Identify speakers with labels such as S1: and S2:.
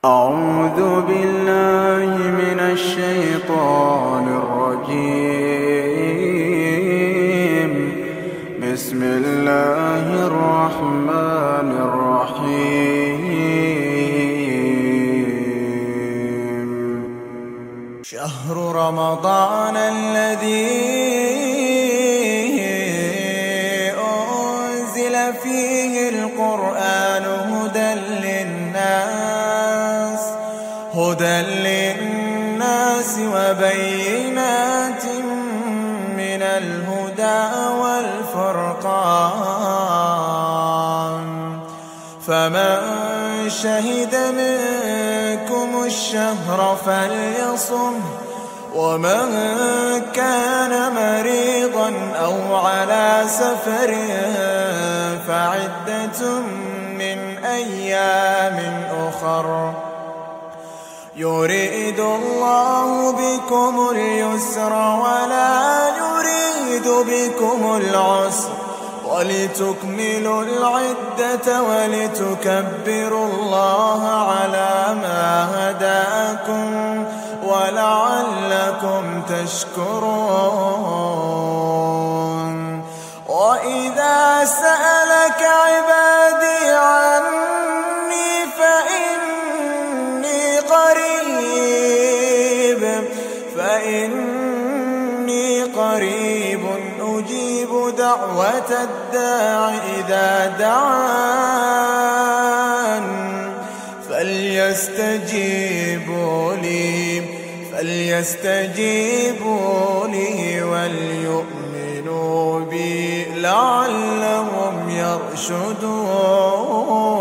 S1: أعوذ بالله من الشيطان الرجيم. بسم الله الرحمن الرحيم. شهر رمضان الذي أنزل فيه القرآن هدى للناس وبينات من الهدى والفرقان، فمن شهد منكم الشهر فليصم، ومن كان مريضا أو على سفر فعدة من أيام أخر، يريد الله بكم اليسر ولا يريد بكم العسر، ولتكملوا العدة ولتكبروا الله على ما هداكم ولعلكم تشكرون. وإذا سألك عبادي عني فإني قريب أجيب دعوة الداع إذا دعان، فليستجيبوا لي وليؤمنوا بي لعلهم يرشدون.